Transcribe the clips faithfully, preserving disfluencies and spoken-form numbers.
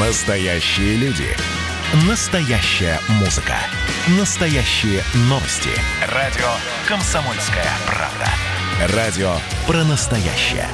Настоящие люди. Настоящая музыка. Настоящие новости. Радио «Комсомольская правда». Радио про настоящее.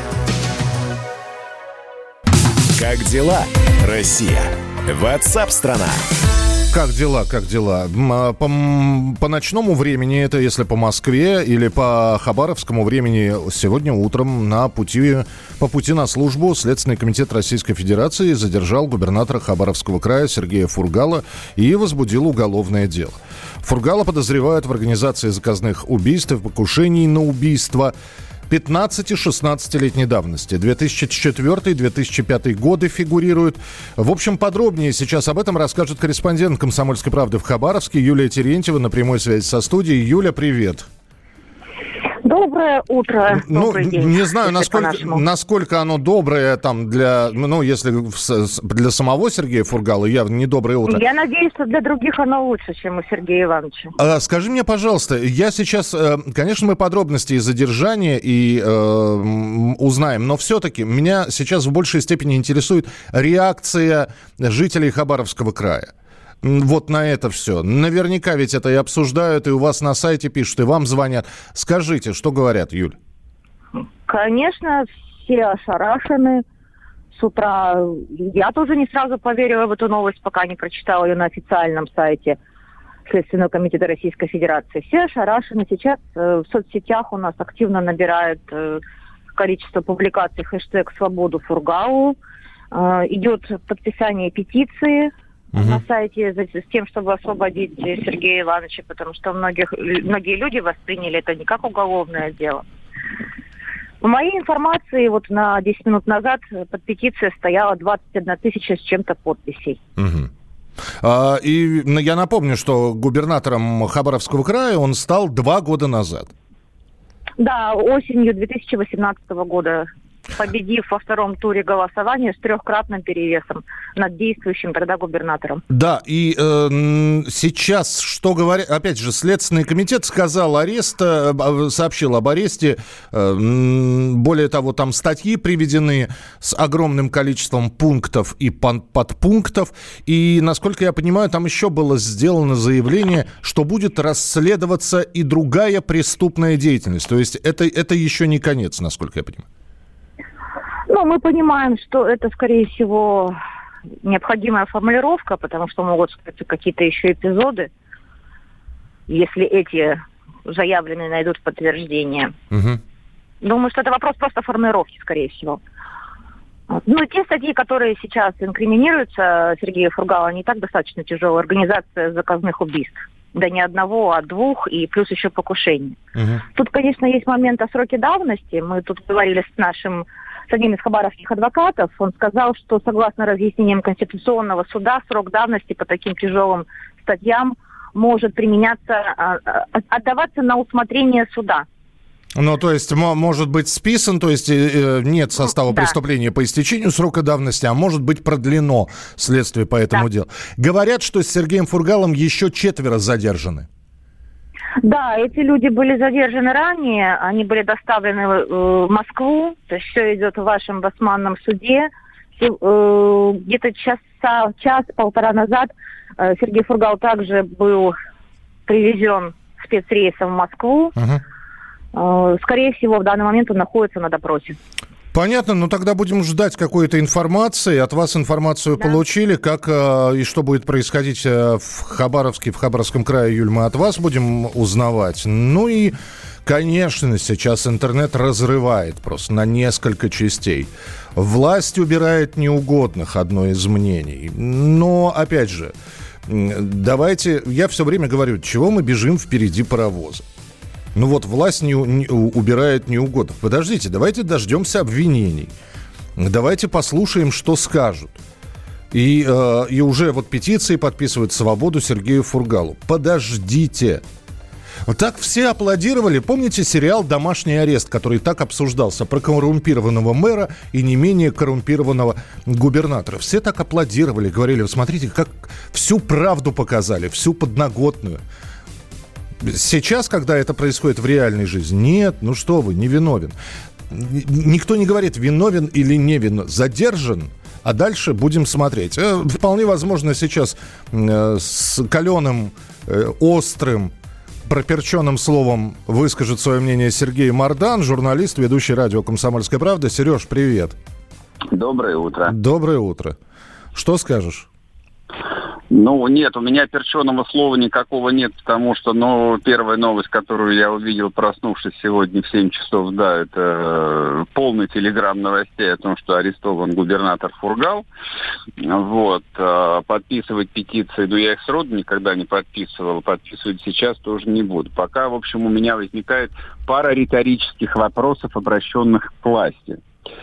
Как дела, Россия? Ватсап-страна! Как дела, как дела? По, по ночному времени, это если по Москве, или по хабаровскому времени, сегодня утром на пути, по пути на службу Следственный комитет Российской Федерации задержал губернатора Хабаровского края Сергея Фургала и возбудил уголовное дело. Фургала подозревают в организации заказных убийств и покушений на убийство пятнадцати-шестнадцатилетней давности. две тысячи четвёртый - две тысячи пятый годы фигурируют. В общем, подробнее сейчас об этом расскажет корреспондент «Комсомольской правды» в Хабаровске Юлия Терентьева на прямой связи со студией. Юля, привет. Доброе утро. Ну, Добрый день. Не знаю, насколько, насколько оно доброе там для, ну, если для самого Сергея Фургала явно не доброе утро. Я надеюсь, что для других оно лучше, чем у Сергея Ивановича. А, скажи мне, пожалуйста, я сейчас, конечно, мы подробности задержания и э, узнаем, но все-таки меня сейчас в большей степени интересует реакция жителей Хабаровского края. Вот на это все. Наверняка ведь это и обсуждают, и у вас на сайте пишут, и вам звонят. Скажите, что говорят, Юль? Конечно, все ошарашены. С утра я тоже не сразу поверила в эту новость, пока не прочитала ее на официальном сайте Следственного комитета Российской Федерации. Все ошарашены. Сейчас э, в соцсетях у нас активно набирают э, количество публикаций хэштег «Свободу Фургалу». Э, идет подписание петиции Uh-huh. на сайте с тем, чтобы освободить Сергея Ивановича, потому что многих, многие люди восприняли это не как уголовное дело. По моей информации, вот на десять минут назад под петицией стояла двадцать одна тысяча с чем-то подписей. Uh-huh. А, и я напомню, что губернатором Хабаровского края он стал два года назад. Да, осенью две тысячи восемнадцатого года, победив во втором туре голосования с трехкратным перевесом над действующим тогда губернатором. Да, и э, сейчас, что говорят, опять же, Следственный комитет сказал арест, э, сообщил об аресте, э, более того, там статьи приведены с огромным количеством пунктов и подпунктов, и, насколько я понимаю, там еще было сделано заявление, что будет расследоваться и другая преступная деятельность, то есть это, это еще не конец, насколько я понимаю. Ну, мы понимаем, что это, скорее всего, необходимая формулировка, потому что могут быть какие-то еще эпизоды, если эти заявленные найдут подтверждение. Угу. Думаю, что это вопрос просто формулировки, скорее всего. Ну, те статьи, которые сейчас инкриминируются Сергею Фургалу, они и так достаточно тяжелые. Организация заказных убийств. Да не одного, а двух, и плюс еще покушение. Угу. Тут, конечно, есть момент о сроке давности. Мы тут говорили с нашим с одним из хабаровских адвокатов. Он сказал, что согласно разъяснениям Конституционного суда срок давности по таким тяжелым статьям может применяться, отдаваться на усмотрение суда. Ну, то есть, может быть списан, то есть нет состава да. преступления по истечению срока давности, а может быть продлено следствие по этому да. делу. Говорят, что с Сергеем Фургалом еще четверо задержаны. Да, эти люди были задержаны ранее, они были доставлены в Москву, то есть все идет в вашем басманном суде. Где-то часа, час-полтора назад Сергей Фургал также был привезен спецрейсом в Москву. Угу. Скорее всего, в данный момент он находится на допросе. Понятно, но тогда будем ждать какой-то информации. От вас информацию да. получили, как э, и что будет происходить э, в Хабаровске, в Хабаровском крае, Юль, мы от вас будем узнавать. Ну и, конечно, сейчас интернет разрывает просто на несколько частей. Власть убирает неугодных, одно из мнений. Но, опять же, давайте, я все время говорю, чего мы бежим впереди паровоза. Ну вот власть не, не, убирает неугодных. Подождите, давайте дождемся обвинений. Давайте послушаем, что скажут. И, э, и уже вот петиции подписывают «Свободу Сергею Фургалу». Подождите. Вот так все аплодировали. Помните сериал «Домашний арест», который так обсуждался, про коррумпированного мэра и не менее коррумпированного губернатора? Все так аплодировали, говорили, смотрите, как всю правду показали, всю подноготную. Сейчас, когда это происходит в реальной жизни, нет, ну что вы, не виновен. Никто не говорит, виновен или не виновен. Задержан, А дальше будем смотреть. Вполне возможно, сейчас с каленым, острым, проперченным словом выскажет свое мнение Сергей Мардан, журналист, ведущий радио «Комсомольская правда». Сереж, привет. Доброе утро. Доброе утро. Что скажешь? Ну, нет, у меня перченого слова никакого нет, потому что, ну, первая новость, которую я увидел, проснувшись сегодня в семь часов, да, это полный телеграм новостей о том, что арестован губернатор Фургал. Вот. Подписывать петиции, ну, я их сроду никогда не подписывал, подписывать сейчас тоже не буду. Пока, в общем, у меня возникает пара риторических вопросов, обращенных к власти.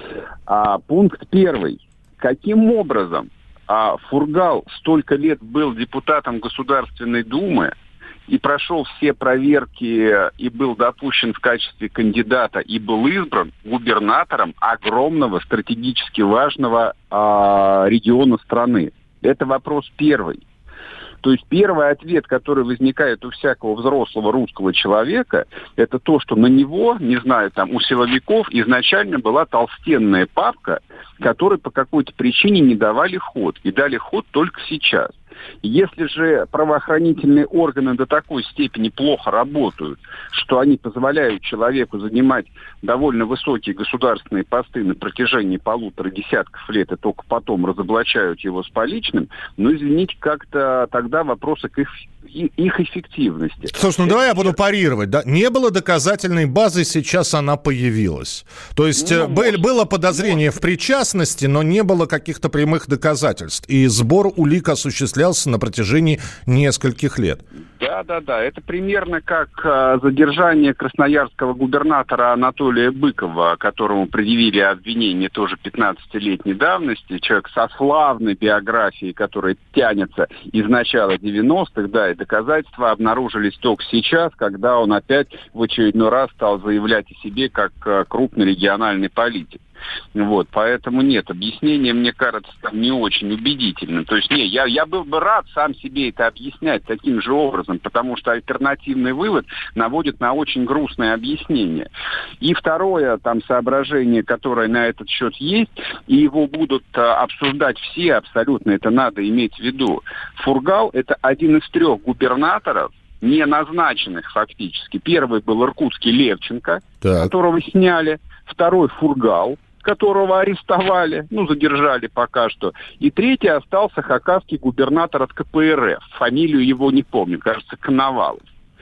А, пункт первый. Каким образом а Фургал столько лет был депутатом Государственной Думы и прошел все проверки и был допущен в качестве кандидата и был избран губернатором огромного стратегически важного а, региона страны? Это вопрос первый. То есть первый ответ, который возникает у всякого взрослого русского человека, это то, что на него, не знаю, там у силовиков изначально была толстенная папка, которой по какой-то причине не давали ход. И дали ход только сейчас. Если же правоохранительные органы до такой степени плохо работают, что они позволяют человеку занимать довольно высокие государственные посты на протяжении полутора десятков лет и только потом разоблачают его с поличным, ну, извините, как-то тогда вопросы к их, их эффективности. Слушай, ну давай я буду парировать. Да? Не было доказательной базы, сейчас она появилась. То есть ну, был, может, было подозрение может. в причастности, но не было каких-то прямых доказательств. И сбор улик осуществлялся на протяжении нескольких лет. Да, да, да. Это примерно как а, задержание красноярского губернатора Анатолия Быкова, которому предъявили обвинение тоже пятнадцатилетней давности. Человек со славной биографией, которая тянется из начала девяностых, да, и доказательства обнаружились только сейчас, когда он опять в очередной раз стал заявлять о себе как а, крупный региональный политик. Вот, поэтому нет, объяснение, мне кажется, не очень убедительным. То есть, не, я, я был бы рад сам себе это объяснять таким же образом, потому что альтернативный вывод наводит на очень грустное объяснение. И второе, там, соображение, которое на этот счет есть, и его будут а, обсуждать все абсолютно, это надо иметь в виду. Фургал – это один из трех губернаторов, не назначенных фактически. Первый был иркутский Левченко, так. которого сняли. Второй Фургал, которого арестовали, ну, задержали пока что. И третий остался хакасский губернатор от ка пэ эр эф. Фамилию его не помню, кажется, Коновалов.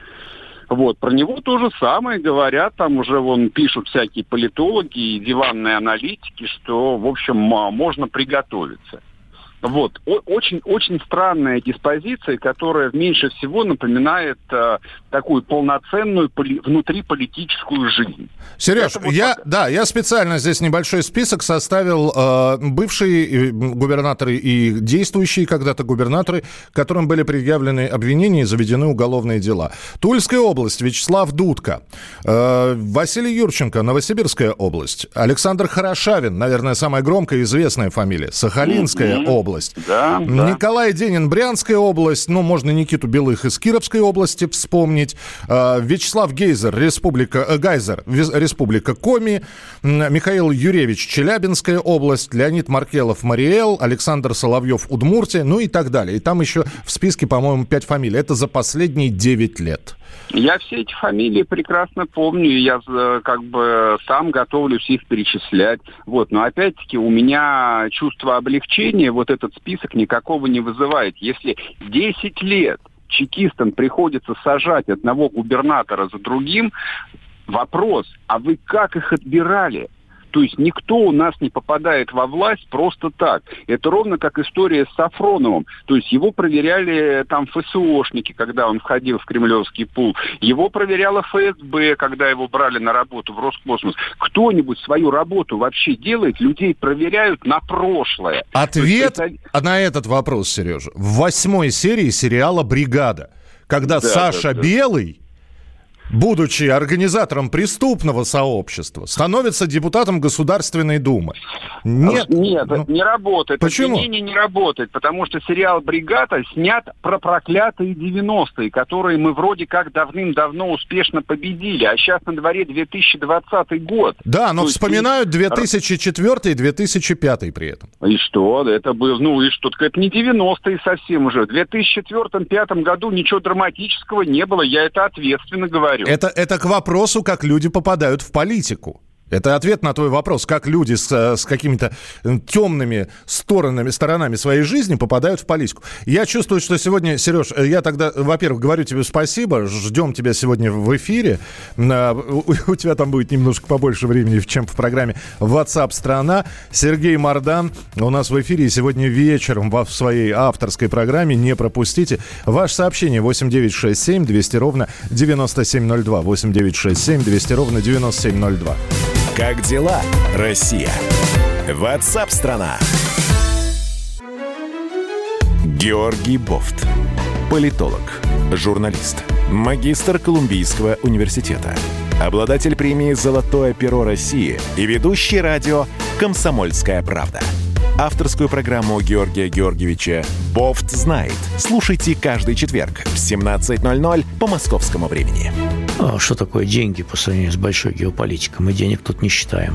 Вот, про него то же самое говорят, там уже вон пишут всякие политологи и диванные аналитики, что, в общем, можно приготовиться. Вот. Очень, очень странная диспозиция, которая меньше всего напоминает э, такую полноценную поли- внутриполитическую жизнь. Сереж, вот я, пока... да, я специально здесь небольшой список составил э, бывшие губернаторы и действующие когда-то губернаторы, которым были предъявлены обвинения и заведены уголовные дела. Тульская область, Вячеслав Дудко. Э, Василий Юрченко, Новосибирская область. Александр Хорошавин, наверное, самая громкая и известная фамилия. Сахалинская mm-hmm. область. Да, Николай да. Денин, Брянская область, ну, можно Никиту Белых из Кировской области вспомнить, э, Вячеслав Гейзер, Республика, э, Гайзер, Республика Коми, Михаил Юревич, Челябинская область, Леонид Маркелов, Мариэл, Александр Соловьев, Удмуртия, ну и так далее. И там еще в списке, по-моему, пять фамилий. Это за последние девять лет. Я все эти фамилии прекрасно помню, и я как бы сам готовлюсь их перечислять. Вот. Но опять-таки у меня чувство облегчения вот этот список никакого не вызывает. Если десять лет чекистам приходится сажать одного губернатора за другим, вопрос, а вы как их отбирали? То есть никто у нас не попадает во власть просто так. Это ровно как история с Сафроновым. То есть его проверяли там эф эс о-шники, когда он входил в кремлевский пул. Его проверяла эф эс бэ, когда его брали на работу в Роскосмос. Кто-нибудь свою работу вообще делает? Людей проверяют на прошлое. Ответ есть, это... на этот вопрос, Сережа, в восьмой серии сериала «Бригада», когда да, Саша да, да. Белый будучи организатором преступного сообщества, становится депутатом Государственной Думы. Нет, Нет, ну, не работает. Почему? Обвинение не работает, потому что сериал «Бригада» снят про проклятые девяностые, которые мы вроде как давным-давно успешно победили, а сейчас на дворе две тысячи двадцатый год. Да, но То есть вспоминают две тысячи четвёртый и две тысячи пятый при этом. И что? Это был, ну и что? Это не девяностые совсем уже. В две тысячи четвёртом — две тысячи пятом году ничего драматического не было, я это ответственно говорю. Это, это к вопросу, как люди попадают в политику. Это ответ на твой вопрос, как люди с, с какими-то темными сторонами, сторонами своей жизни попадают в политику. Я чувствую, что сегодня, Сереж, я тогда, во-первых, говорю тебе спасибо, ждем тебя сегодня в эфире. У тебя там будет немножко побольше времени, чем в программе WhatsApp страна. Сергей Мардан у нас в эфире сегодня вечером в своей авторской программе. Не пропустите. Ваше сообщение восемь девятьсот шестьдесят семь двести ровно девяносто семь ноль два. восемь девятьсот шестьдесят семь двести ровно девяносто семь ноль два. Как дела, Россия? WhatsApp-страна. Георгий Бофт. Политолог, журналист, магистр Колумбийского университета, обладатель премии «Золотое перо России» и ведущий радио «Комсомольская правда». Авторскую программу Георгия Георгиевича «Бофт знает». Слушайте каждый четверг в семнадцать ноль ноль по московскому времени. А что такое деньги по сравнению с большой геополитикой? Мы денег тут не считаем.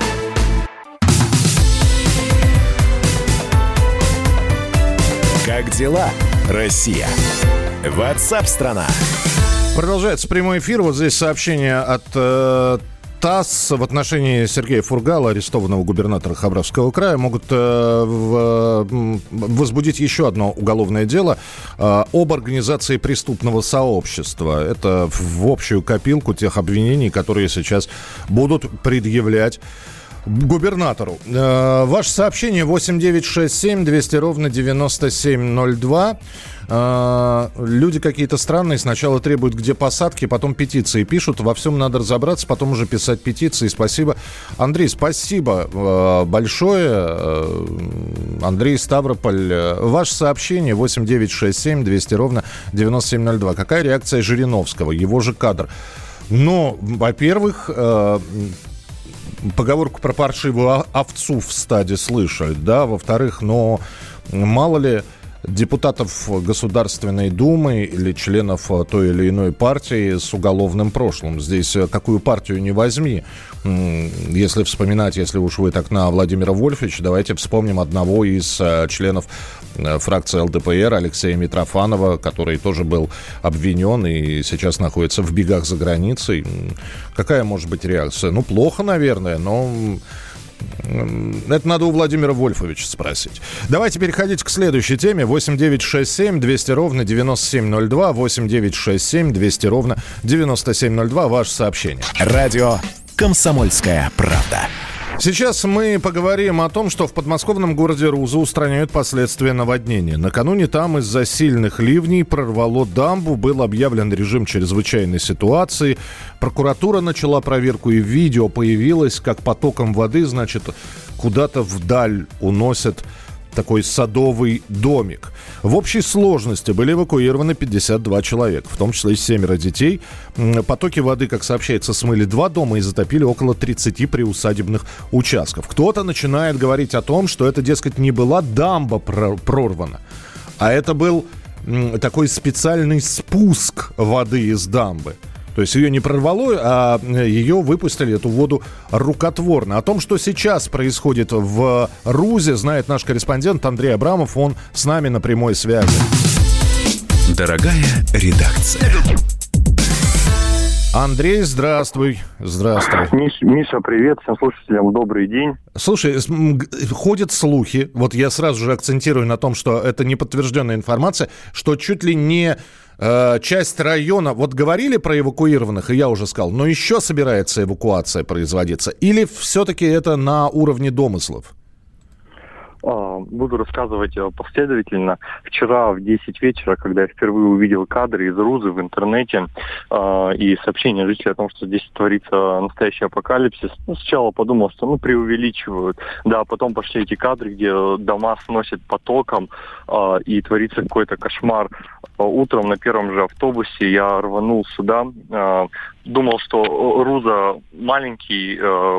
Как дела, Россия? WhatsApp-страна. Продолжается прямой эфир. Вот здесь сообщение от э, ТАСС в отношении Сергея Фургала, арестованного губернатора Хабаровского края, могут э, в, возбудить еще одно уголовное дело э, об организации преступного сообщества. Это в общую копилку тех обвинений, которые сейчас будут предъявлять губернатору. Э, ваше сообщение восемь девятьсот шестьдесят семь двести ровно девяносто семь ноль два. Э, люди какие-то странные. Сначала требуют, где посадки, потом петиции пишут. Во всем надо разобраться, потом уже писать петиции. Спасибо. Андрей, спасибо э, большое. Э, Андрей, Ставрополь. Э, ваше сообщение восемь девятьсот шестьдесят семь двести ровно девяносто семь ноль два. Какая реакция Жириновского? Его же кадр. Ну, во-первых... Э, Поговорку про паршивую овцу в стаде слышали, да, во-вторых, но мало ли депутатов Государственной Думы или членов той или иной партии с уголовным прошлым. Здесь какую партию не возьми. Если вспоминать, если уж вы так на Владимира Вольфовича, давайте вспомним одного из членов фракции эл дэ пэ эр, Алексея Митрофанова, который тоже был обвинен и сейчас находится в бегах за границей. Какая может быть реакция? Ну, плохо, наверное, но... Это надо у Владимира Вольфовича спросить. Давайте переходить к следующей теме. восемь девятьсот шестьдесят семь двести ровно девяносто семь ноль два. восемь девятьсот шестьдесят семь двести ровно девяносто семь ноль два. Ваше сообщение. Радио «Комсомольская правда». Сейчас мы поговорим о том, что в подмосковном городе Руза устраняют последствия наводнения. Накануне там из-за сильных ливней прорвало дамбу, был объявлен режим чрезвычайной ситуации. Прокуратура начала проверку, и видео появилось, как потоком воды, значит, куда-то вдаль уносят такой садовый домик. В общей сложности были эвакуированы пятьдесят два человека, в том числе и семеро детей. Потоки воды, как сообщается, смыли два дома и затопили около тридцати приусадебных участков. Кто-то начинает говорить о том, что это, дескать, не была дамба прорвана, а это был такой специальный спуск воды из дамбы. То есть ее не прорвало, а ее выпустили, эту воду, рукотворно. О том, что сейчас происходит в Рузе, знает наш корреспондент Андрей Абрамов. Он с нами на прямой связи. Дорогая редакция. Андрей, здравствуй. Здравствуй. Миш, Миша, привет. Всем слушателям добрый день. Слушай, ходят слухи, вот я сразу же акцентирую на том, что это неподтвержденная информация, что чуть ли не э, часть района, вот говорили про эвакуированных, и я уже сказал, но еще собирается эвакуация производиться, или все-таки это на уровне домыслов? Буду рассказывать последовательно. Вчера в десять вечера, когда я впервые увидел кадры из Рузы в интернете и сообщения жителей о том, что здесь творится настоящий апокалипсис, ну, сначала подумал, что ну преувеличивают. Да, потом пошли эти кадры, где дома сносят потоком и творится какой-то кошмар. Утром на первом же автобусе я рванул сюда. Думал, что Руза маленький...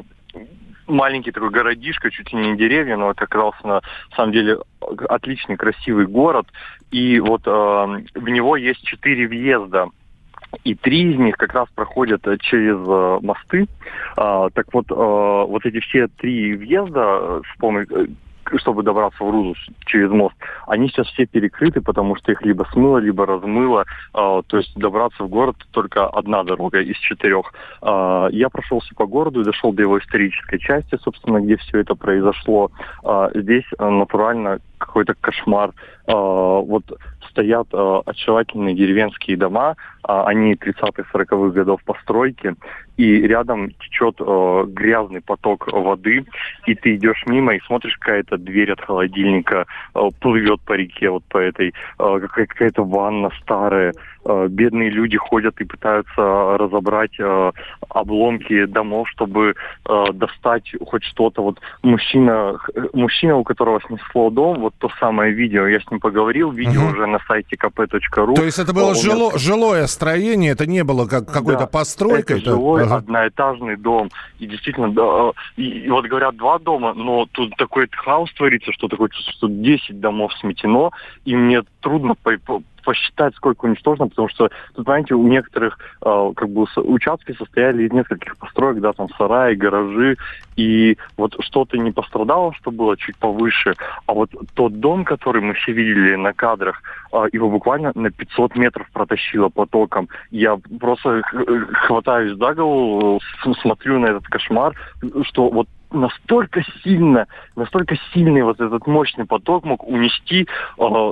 маленький такой городишко, чуть ли не деревья, но это оказался на самом деле отличный, красивый город. И вот э, в него есть четыре въезда. И три из них как раз проходят через э, мосты. А, так вот, э, вот эти все три въезда, с помощью, чтобы добраться в Рузу через мост, они сейчас все перекрыты, потому что их либо смыло, либо размыло. Э, то есть добраться в город только одна дорога из четырех. Э, я прошелся по городу и дошел до его исторической части, собственно, где все это произошло. Э, здесь э, натурально какой-то кошмар. Э, вот стоят э, очаровательные деревенские дома, э, они тридцатых-сороковых годов постройки, и рядом течет э, грязный поток воды, и ты идешь мимо и смотришь, какая-то дверь от холодильника э, плывет по реке, вот по этой, э, какая-то ванна старая. Э, бедные люди ходят и пытаются разобрать э, обломки домов, чтобы э, достать хоть что-то. Вот мужчина, мужчина, у которого снесло дом, вот то самое видео, я с ним поговорил, видео uh-huh. уже на сайте ка пэ точка ру. То есть это было жило, меня... жилое строение, это не было как какой-то да, постройкой? Это жилой ага. одноэтажный дом. И действительно, да, и, и вот говорят, два дома, но тут такой хаос творится, что такое чувство, что десять домов сметено, и мне трудно по- по- посчитать, сколько уничтожено, потому что, тут, понимаете, у некоторых э, как бы участки состояли из нескольких построек, да, там сараи, гаражи, и вот что-то не пострадало, что было чуть повыше, а вот тот дом, который мы все видели на кадрах, э, его буквально на пятьсот метров протащило потоком. Я просто хватаюсь за голову, смотрю на этот кошмар, что вот настолько сильно, настолько сильный вот этот мощный поток мог унести, э,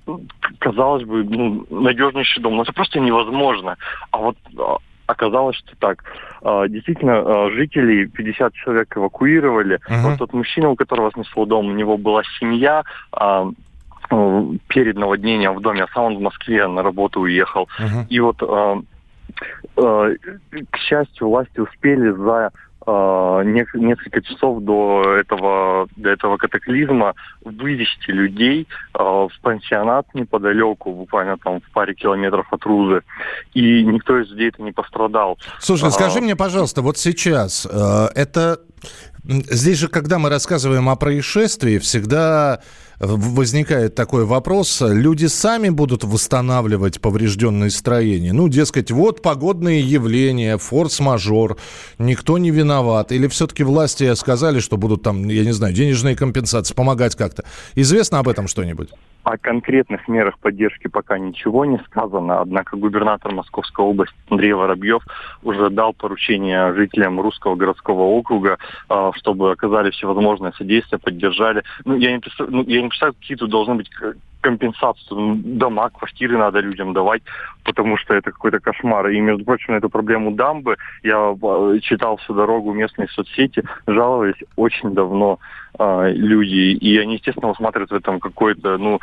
казалось бы, ну, надежнейший дом. Но это просто невозможно. А вот э, оказалось, что так. Э, действительно, э, жителей пятьдесят человек эвакуировали. Uh-huh. Вот тот мужчина, у которого снесло дом, у него была семья, э, перед наводнением в доме, а сам он в Москве на работу уехал. Uh-huh. И вот, э, э, к счастью, власти успели за несколько часов до этого, до этого катаклизма вывести людей э, в пансионат неподалеку, буквально там в паре километров от Рузы. И никто из людей-то не пострадал. Слушай, а... скажи мне, пожалуйста, вот сейчас э, это... Здесь же, когда мы рассказываем о происшествии, всегда возникает такой вопрос, люди сами будут восстанавливать поврежденные строения? Ну, дескать, вот погодные явления, форс-мажор, никто не виноват. Или все-таки власти сказали, что будут там, я не знаю, денежные компенсации, помогать как-то? Известно об этом что-нибудь? О конкретных мерах поддержки пока ничего не сказано, однако губернатор Московской области Андрей Воробьев уже дал поручение жителям Русского городского округа, чтобы оказали всевозможное содействие, поддержали. Ну, я не представляю, ну, я не представляю, какие тут должны быть компенсацию. Дома, квартиры надо людям давать, потому что это какой-то кошмар. И, между прочим, на эту проблему дамбы я читал всю дорогу местные соцсети, жаловались очень давно э, люди. И они, естественно, усматривают в этом какой-то, ну,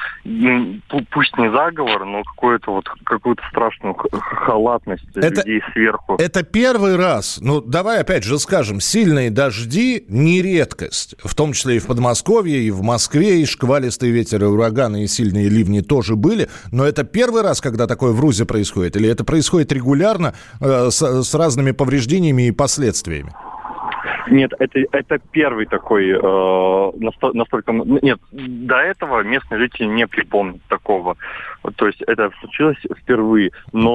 пусть не заговор, но какую-то вот какую-то страшную халатность это, людей сверху. Это первый раз, ну, давай опять же скажем, сильные дожди не редкость. В том числе и в Подмосковье, и в Москве, и шквалистый ветер, и ураганы, и сильные ливни тоже были, но это первый раз, когда такое в Рузе происходит? Или это происходит регулярно э, с, с разными повреждениями и последствиями? Нет, это, это первый такой, э, настолько... Нет, до этого местные жители не припомнят такого. То есть это случилось впервые.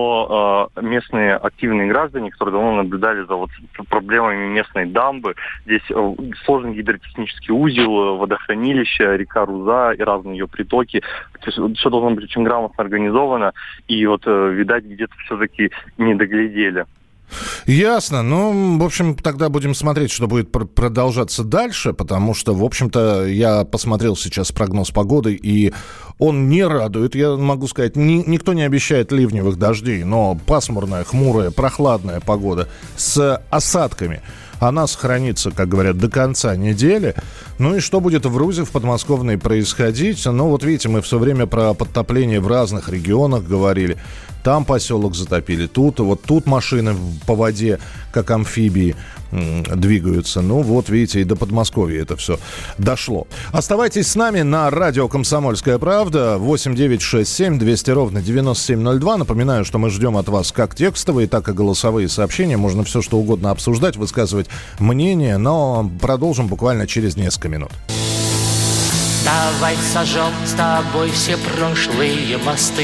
Но э, местные активные граждане, которые давно наблюдали за вот проблемами местной дамбы, здесь э, сложный гидротехнический узел, водохранилище, река Руза и разные ее притоки. То есть все должно быть очень грамотно организовано. И вот, э, видать, где-то все-таки не доглядели. Ясно. Ну, в общем, тогда будем смотреть, что будет пр- продолжаться дальше, потому что, в общем-то, я посмотрел сейчас прогноз погоды, и он не радует, я могу сказать. Ни, никто не обещает ливневых дождей, но пасмурная, хмурая, прохладная погода с осадками. Она сохранится, как говорят, до конца недели. Ну и что будет в Рузе, в подмосковной происходить? Ну вот видите, мы все время про подтопление в разных регионах говорили. Там поселок затопили, тут, вот тут машины по воде, как амфибии, двигаются. Ну, вот, видите, и до Подмосковья это все дошло. Оставайтесь с нами на радио «Комсомольская правда». восемь девятьсот шестьдесят семь двести ровно девяносто семь ноль два. Напоминаю, что мы ждем от вас как текстовые, так и голосовые сообщения. Можно все, что угодно обсуждать, высказывать мнение, но продолжим буквально через несколько минут. Давай сожжем с тобой все прошлые мосты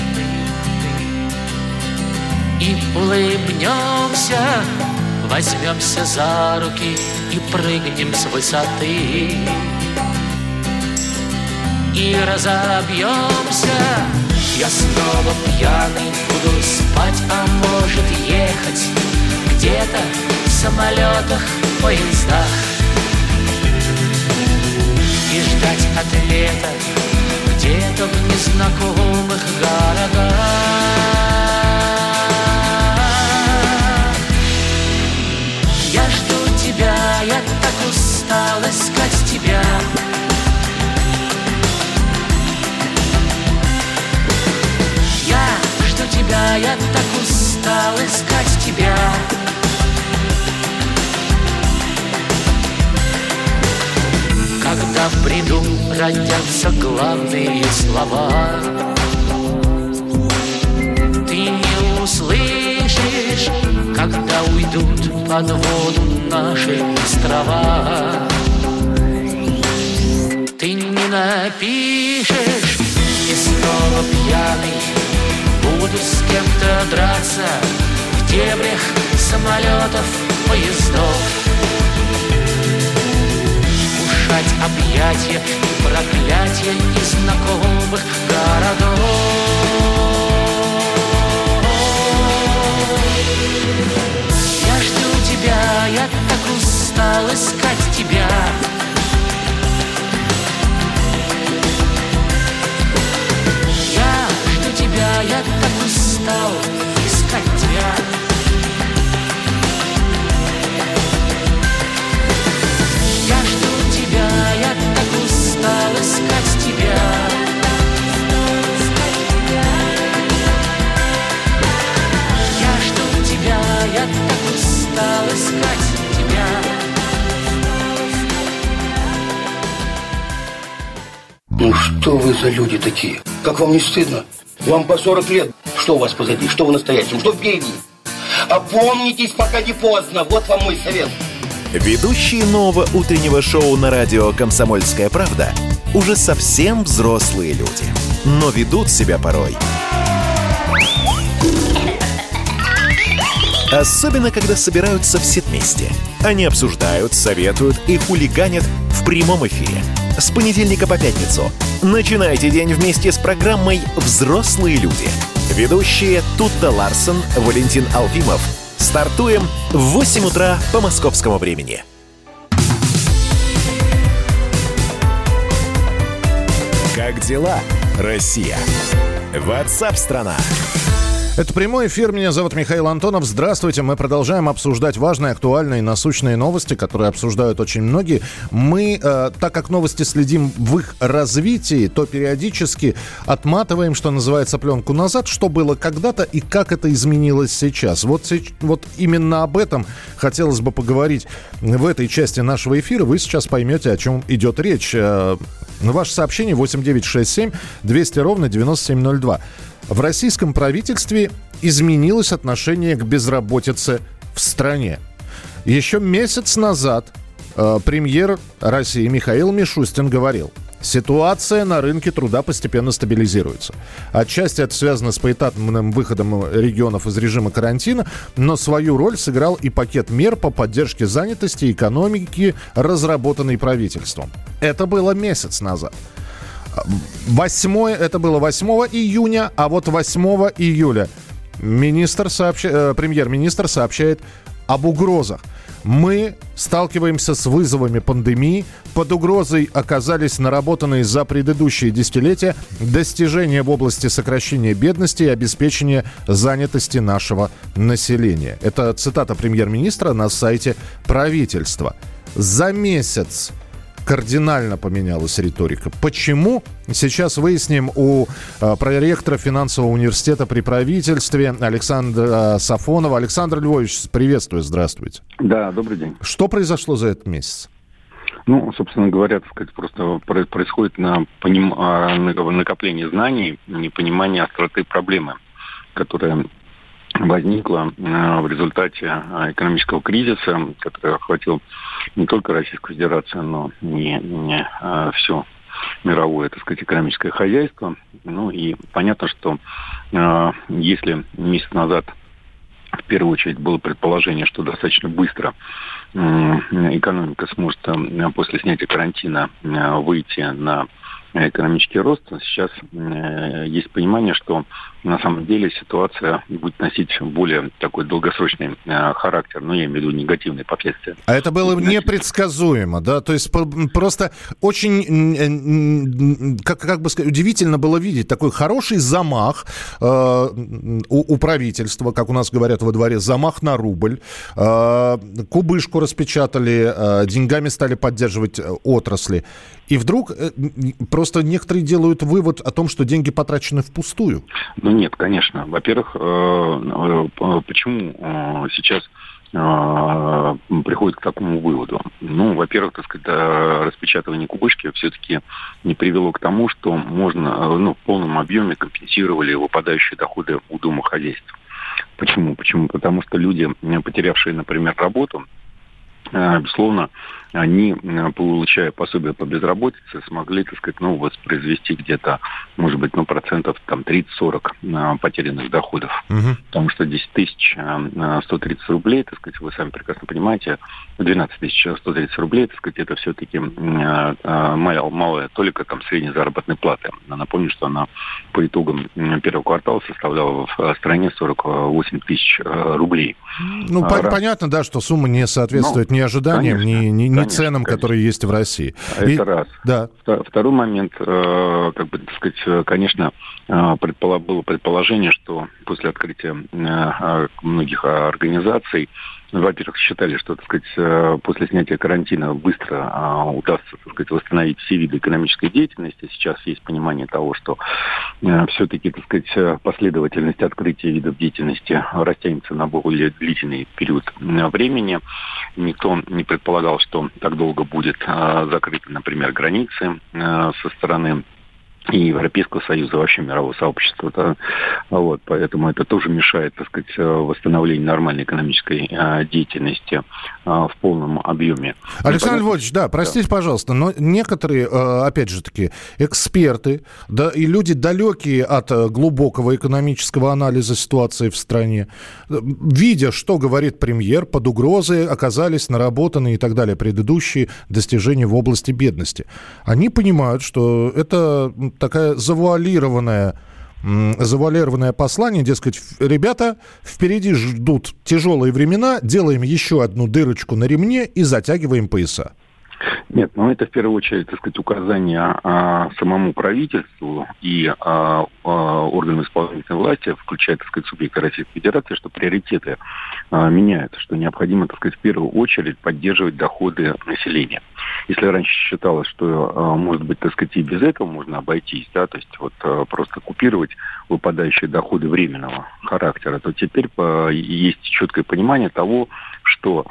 и улыбнемся, возьмемся за руки и прыгнем с высоты. И разобьемся. Я снова пьяный буду спать, а может ехать где-то в самолетах, поездах и ждать ответа где-то в незнакомых городах. Я жду тебя, я так устал искать тебя. Я жду тебя, я так устал искать тебя. Когда в бреду родятся главные слова, ты не услышишь, когда уйдут под воду наши острова. Ты не напишешь, и снова пьяный буду с кем-то драться в дебрях самолетов, поездов. Кушать объятия и проклятия незнакомых городов. Я жду тебя, я так устал искать тебя. Я жду тебя, я так устал искать тебя. Я жду тебя, я так устал искать тебя. Я жду тебя, я так устал искать тебя. Ну что вы за люди такие? Как вам не стыдно? Вам по сорок лет. Что у вас позади? Что в настоящем? Что впереди? Опомнитесь, пока не поздно. Вот вам мой совет. Ведущие нового утреннего шоу на радио «Комсомольская правда» уже совсем взрослые люди, но ведут себя порой. Особенно, когда собираются все вместе. Они обсуждают, советуют и хулиганят в прямом эфире. С понедельника по пятницу. Начинайте день вместе с программой «Взрослые люди». Ведущие Тутта Ларсон, Валентин Алфимов. Стартуем в восемь утра по московскому времени. Как дела, Россия? WhatsApp-страна. Это прямой эфир. Меня зовут Михаил Антонов. Здравствуйте. Мы продолжаем обсуждать важные, актуальные и насущные новости, которые обсуждают очень многие. Мы, э, так как новости следим в их развитии, то периодически отматываем, что называется, пленку назад, что было когда-то и как это изменилось сейчас. Вот, вот именно об этом хотелось бы поговорить в этой части нашего эфира. Вы сейчас поймете, о чем идет речь. Э, ваше сообщение восемь девятьсот шестьдесят семь двести ровно девяносто семь ноль два. В российском правительстве изменилось отношение к безработице в стране. Еще месяц назад э, премьер России Михаил Мишустин говорил: ситуация на рынке труда постепенно стабилизируется. Отчасти это связано с поэтапным выходом регионов из режима карантина, но свою роль сыграл и пакет мер по поддержке занятости и экономики, разработанный правительством. Это было месяц назад. восьмое, это было восьмого июня, а вот восьмого июля министр сообщ... э, премьер-министр сообщает об угрозах. Мы сталкиваемся с вызовами пандемии. Под угрозой оказались наработанные за предыдущие десятилетия достижения в области сокращения бедности и обеспечения занятости нашего населения. Это цитата премьер-министра на сайте правительства. За месяц кардинально поменялась риторика. Почему? Сейчас выясним у э, проректора финансового университета при правительстве Александра э, Сафонова. Александр Львович, приветствую, здравствуйте. Да, добрый день. Что произошло за этот месяц? Ну, собственно говоря, так сказать, просто происходит на поним... накопление знаний, непонимание остроты проблемы, которая возникла в результате экономического кризиса, который охватил не только Российскую Федерацию, но и не, не все мировое, так сказать, экономическое хозяйство. Ну и понятно, что э, если месяц назад в первую очередь было предположение, что достаточно быстро э, экономика сможет э, после снятия карантина э, выйти на экономический рост, сейчас э, есть понимание, что на самом деле ситуация будет носить более такой долгосрочный э, характер, ну, я имею в виду негативные последствия. А это было непредсказуемо, да? То есть просто очень, как, как бы сказать, удивительно было видеть такой хороший замах э, у, у правительства, как у нас говорят во дворе, замах на рубль. Э, кубышку распечатали, э, деньгами стали поддерживать отрасли. И вдруг э, просто некоторые делают вывод о том, что деньги потрачены впустую. Ну нет, конечно. Во-первых, почему сейчас приходит к такому выводу? Ну, во-первых, так сказать, распечатывание кубышки все-таки не привело к тому, что можно, ну, в полном объеме компенсировали выпадающие доходы у домохозяйств. Почему? Почему? Потому что люди, потерявшие, например, работу, безусловно, они, получая пособие по безработице, смогли, так сказать, ну, воспроизвести где-то, может быть, ну, процентов там тридцать-сорок потерянных доходов. Угу. Потому что десять тысяч сто тридцать рублей, так сказать, вы сами прекрасно понимаете, двенадцать тысяч сто тридцать рублей, так сказать, это все-таки малая, малая только там средней заработной платы. Напомню, что она по итогам первого квартала составляла в стране сорок восемь тысяч рублей. Ну, а, понятно, да, что сумма не соответствует ну, ни ожиданиям, конечно, ни, ни, ни ценам, конечно, которые есть в России. Это И... раз. Да. Второй момент, э, как бы, так сказать, конечно, э, предполо... было предположение, что после открытия э, многих организаций, во-первых, считали, что, так сказать, после снятия карантина быстро а, удастся, так сказать, восстановить все виды экономической деятельности. Сейчас есть понимание того, что а, все-таки, так сказать, последовательность открытия видов деятельности растянется на более длительный период времени. Никто не предполагал, что так долго будет а, закрыты, например, границы а, со стороны и Европейского Союза, вообще мирового сообщества. Да? Вот, поэтому это тоже мешает, так сказать, восстановлению нормальной экономической а, деятельности а, в полном объеме. Александр Львович, да, простите, да. пожалуйста, но некоторые, опять же таки, эксперты, да, и люди, далекие от глубокого экономического анализа ситуации в стране, видя, что говорит премьер, под угрозой оказались наработаны и так далее предыдущие достижения в области бедности. Они понимают, что это такая завуалированная, завуалированное послание, дескать, ребята, впереди ждут тяжелые времена, делаем еще одну дырочку на ремне и затягиваем пояса. Нет, ну это в первую очередь, так сказать, указание а, самому правительству и а, а, органам исполнительной власти, включая, так сказать, субъекты Российской Федерации, что приоритеты а, меняются, что необходимо, так сказать, в первую очередь поддерживать доходы населения. Если раньше считалось, что, а, может быть, так сказать, и без этого можно обойтись, да, то есть вот а, просто купировать выпадающие доходы временного характера, то теперь а, есть четкое понимание того, что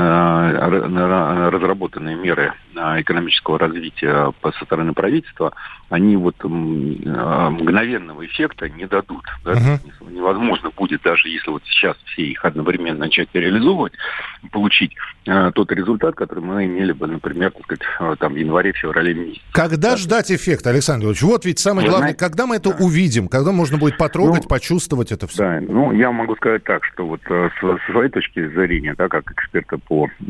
э, разработанные меры экономического развития со стороны правительства, они вот э, мгновенного эффекта не дадут. Да? Uh-huh. Невозможно будет, даже если вот сейчас все их одновременно начать реализовывать, получить э, тот результат, который мы имели бы, например, так сказать, там, в январе-феврале месяце. Когда да. ждать эффекта, Александр Ильич? Вот ведь самое Вы главное, знаете, когда мы это да. увидим, когда можно будет потрогать, ну, почувствовать это все? Да, ну, я могу сказать так, что вот с своей точки зрения, да, как эксперта по э,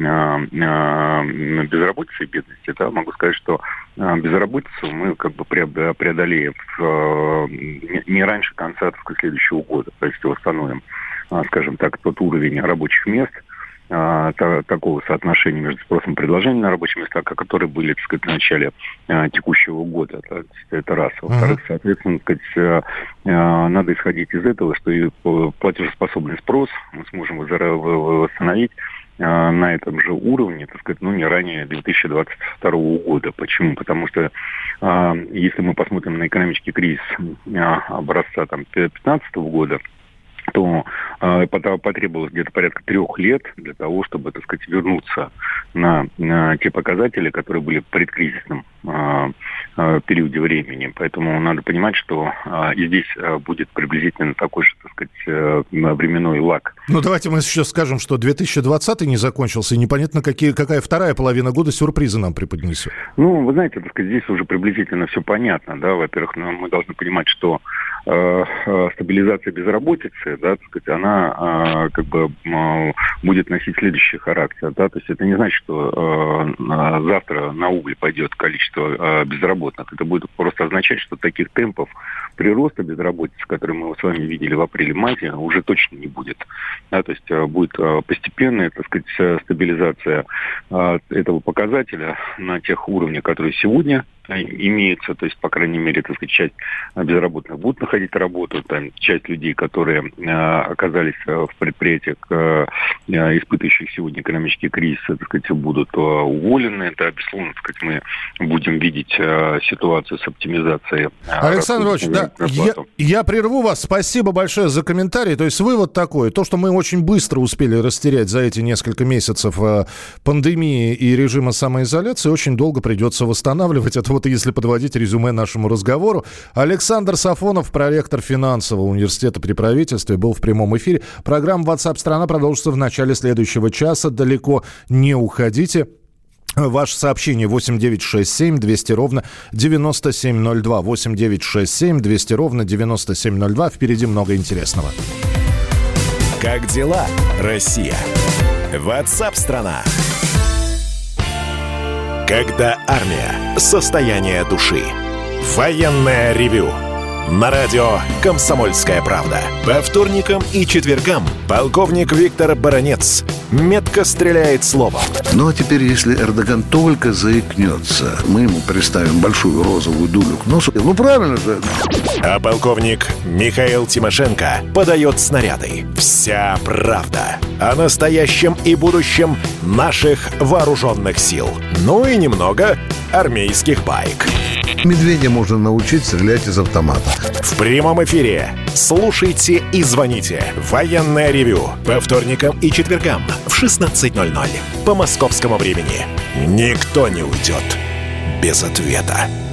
э, безработице и бедности, да, могу сказать, что э, безработицу мы как бы преодолеем э, не раньше конца, так сказать, следующего года, то есть восстановим, э, скажем так, тот уровень рабочих мест, а, та, такого соотношения между спросом и предложением на рабочие места, которые были, так сказать, в начале а, текущего года. Это, это раз. Во-вторых, соответственно, так сказать, а, надо исходить из этого, что и платежеспособный спрос мы сможем восстановить на этом же уровне, так сказать, ну, не ранее две тысячи двадцать второго года. Почему? Потому что э, если мы посмотрим на экономический кризис э, образца там, две тысячи пятнадцатого года, то э, потребовалось где-то порядка трех лет для того, чтобы, так сказать, вернуться на, на те показатели, которые были в предкризисном э, э, периоде времени. Поэтому надо понимать, что э, и здесь э, будет приблизительно такой же, так сказать, э, временной лаг. Ну, давайте мы сейчас скажем, что две тысячи двадцатый не закончился, и непонятно, какие, какая вторая половина года сюрпризы нам преподнесет. Ну, вы знаете, так сказать, здесь уже приблизительно все понятно, да. Во-первых, ну, мы должны понимать, что э, э, стабилизация безработицы, да, так сказать, она э, как бы э, будет носить следующий характер, да, то есть это не значит, что э, завтра на убыль пойдет количество э, безработных, это будет просто означать, что таких темпов прироста безработицы, которые мы с вами видели в апреле-мае, уже точно не будет, да, то есть э, будет э, постепенная, так сказать, стабилизация э, этого показателя на тех уровнях, которые сегодня имеются, то есть, по крайней мере, так сказать, часть безработных будут находить работу, там, часть людей, которые э, оказались в предприятиях, э, испытывающих сегодня экономический кризис, так сказать, будут э, уволены. Это, безусловно, так сказать, мы будем видеть э, ситуацию с оптимизацией. Э, Александр Ильич, да, я, я прерву вас. Спасибо большое за комментарий. То есть вывод такой, то, что мы очень быстро успели растерять за эти несколько месяцев э, пандемии и режима самоизоляции, очень долго придется восстанавливать. Это вот если подводить резюме нашему разговору. Александр Сафонов, проректор финансового университета при правительстве, был в прямом эфире. Программа WhatsApp страна продолжится в начале следующего часа. Далеко не уходите. Ваше сообщение восемь девятьсот шестьдесят семь двести ровно девяносто семь ноль два. восемь девятьсот шестьдесят семь двести ровно девяносто семь ноль два. Впереди много интересного. Как дела, Россия? WhatsApp страна. Когда армия. Состояние души. Военное ревю. На радио «Комсомольская правда». По вторникам и четвергам полковник Виктор Баранец метко стреляет словом. Ну а теперь, если Эрдоган только заикнется, мы ему приставим большую розовую дулю к носу. Ну правильно же. А полковник Михаил Тимошенко подает снаряды. Вся правда о настоящем и будущем наших вооруженных сил. Ну и немного армейских баек. Медведя можно научить стрелять из автомата. В прямом эфире. Слушайте и звоните. Военное ревю. По вторникам и четвергам в шестнадцать ноль ноль по московскому времени. Никто не уйдет без ответа.